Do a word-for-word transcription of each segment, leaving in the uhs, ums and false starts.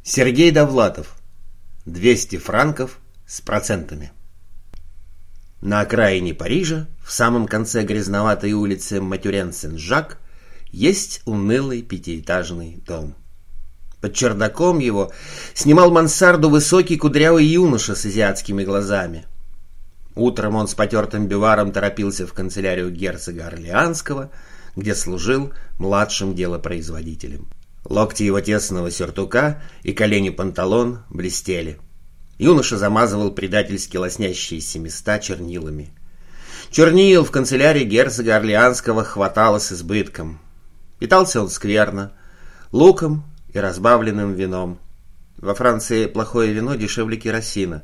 Сергей Довлатов. двести франков с процентами. На окраине Парижа, в самом конце грязноватой улицы Матюрен-Сен-Жак, есть унылый пятиэтажный дом. Под чердаком его снимал мансарду высокий кудрявый юноша с азиатскими глазами. Утром он с потертым бюваром торопился в канцелярию герцога Орлеанского, где служил младшим делопроизводителем. Локти его тесного сюртука и колени панталон блестели. Юноша замазывал предательски лоснящиеся места чернилами. Чернил в канцелярии герцога Орлеанского хватало с избытком. Питался он скверно, луком и разбавленным вином. Во Франции плохое вино дешевле керосина.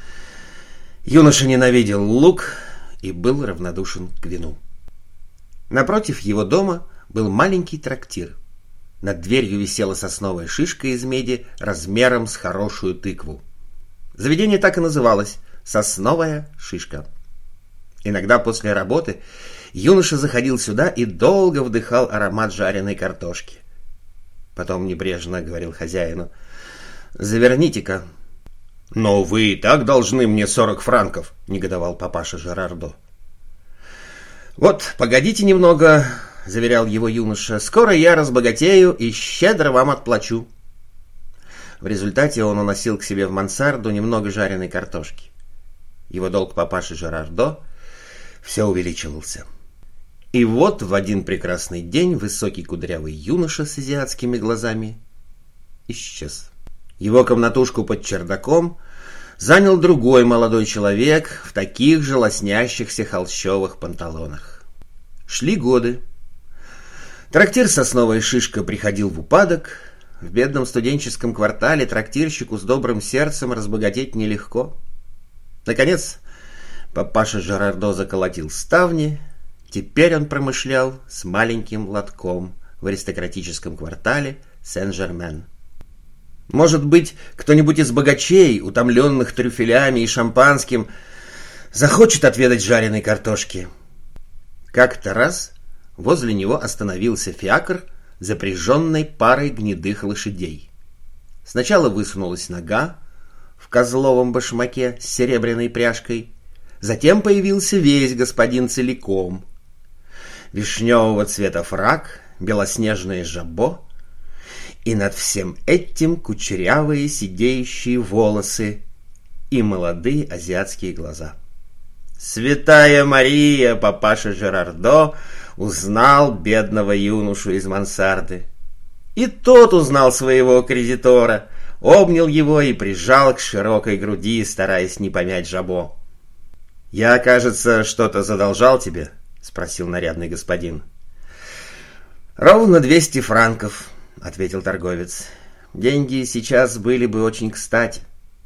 Юноша ненавидел лук и был равнодушен к вину. Напротив его дома был маленький трактир. Над дверью висела сосновая шишка из меди размером с хорошую тыкву. Заведение так и называлось — «Сосновая шишка». Иногда после работы юноша заходил сюда и долго вдыхал аромат жареной картошки. Потом небрежно говорил хозяину: «Заверните-ка». «Но вы и так должны мне сорок франков», — негодовал папаша Жерардо. «Вот, погодите немного», — заверял его юноша, — «скоро я разбогатею и щедро вам отплачу». В результате он уносил к себе в мансарду немного жареной картошки. Его долг папаши Жерардо все увеличивался. И вот в один прекрасный день высокий кудрявый юноша с азиатскими глазами исчез. Его комнатушку под чердаком занял другой молодой человек в таких же лоснящихся холщовых панталонах. Шли годы. Трактир «Сосновая шишка» приходил в упадок. В бедном студенческом квартале трактирщику с добрым сердцем разбогатеть нелегко. Наконец, папаша Жерардо заколотил ставни. Теперь он промышлял с маленьким лотком в аристократическом квартале Сен-Жермен. Может быть, кто-нибудь из богачей, утомленных трюфелями и шампанским, захочет отведать жареной картошки. Как-то раз возле него остановился фиакр, запряженной парой гнедых лошадей. Сначала высунулась нога в козловом башмаке с серебряной пряжкой, затем появился весь господин целиком. Вишневого цвета фрак, белоснежное жабо, и над всем этим кучерявые сидеющие волосы и молодые азиатские глаза. Святая Мария, папаша Жерардо узнал бедного юношу из мансарды. И тот узнал своего кредитора, обнял его и прижал к широкой груди, стараясь не помять жабо. «Я, кажется, что-то задолжал тебе?» — спросил нарядный господин. «Ровно двести франков», — ответил торговец. «Деньги сейчас были бы очень кстати».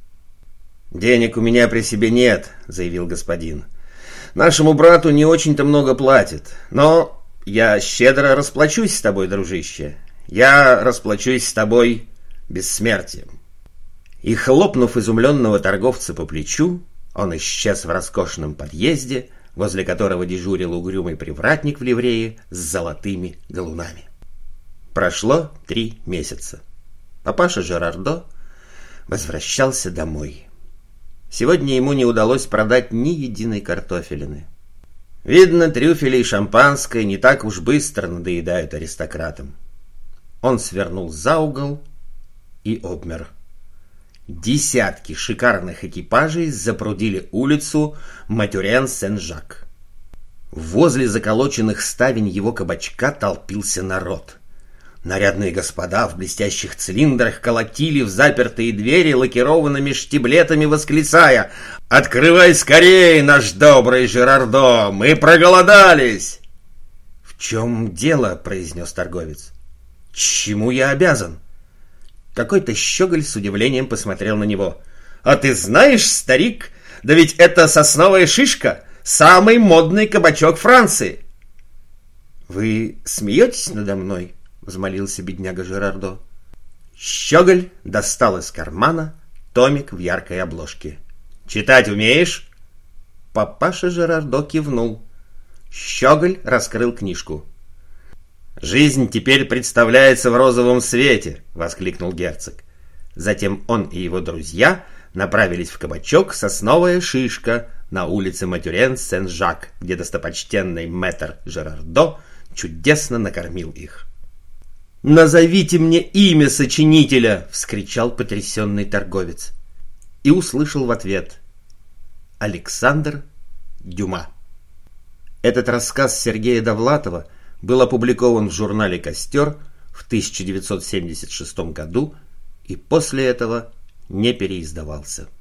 «Денег у меня при себе нет», — заявил господин. «Нашему брату не очень-то много платят, но я щедро расплачусь с тобой, дружище. Я расплачусь с тобой бессмертием». И, хлопнув изумленного торговца по плечу, он исчез в роскошном подъезде, возле которого дежурил угрюмый привратник в ливрее с золотыми галунами. Прошло три месяца. Папаша Жерардо возвращался домой. Сегодня ему не удалось продать ни единой картофелины. Видно, трюфели и шампанское не так уж быстро надоедают аристократам. Он свернул за угол и обмер. Десятки шикарных экипажей запрудили улицу Матюрен-Сен-Жак. Возле заколоченных ставень его кабачка толпился народ. Нарядные господа в блестящих цилиндрах колотили в запертые двери лакированными штиблетами, восклицая: «Открывай скорей, наш добрый Жерардо! Мы проголодались!» «В чем дело?» — произнес торговец. «Чему я обязан?» Какой-то щеголь с удивлением посмотрел на него. «А ты знаешь, старик, да ведь это «Сосновая шишка», самый модный кабачок Франции!» «Вы смеетесь надо мной?» — взмолился бедняга Жерардо. Щеголь достал из кармана томик в яркой обложке. «Читать умеешь?» Папаша Жерардо кивнул. Щеголь раскрыл книжку. «Жизнь теперь представляется в розовом свете!» — воскликнул герцог. Затем он и его друзья направились в кабачок «Сосновая шишка» на улице Матюрен-Сен-Жак, где достопочтенный мэтр Жерардо чудесно накормил их. «Назовите мне имя сочинителя!» — вскричал потрясенный торговец. И услышал в ответ: Александр Дюма. Этот рассказ Сергея Довлатова был опубликован в журнале «Костер» в тысяча девятьсот семьдесят шестом году и после этого не переиздавался.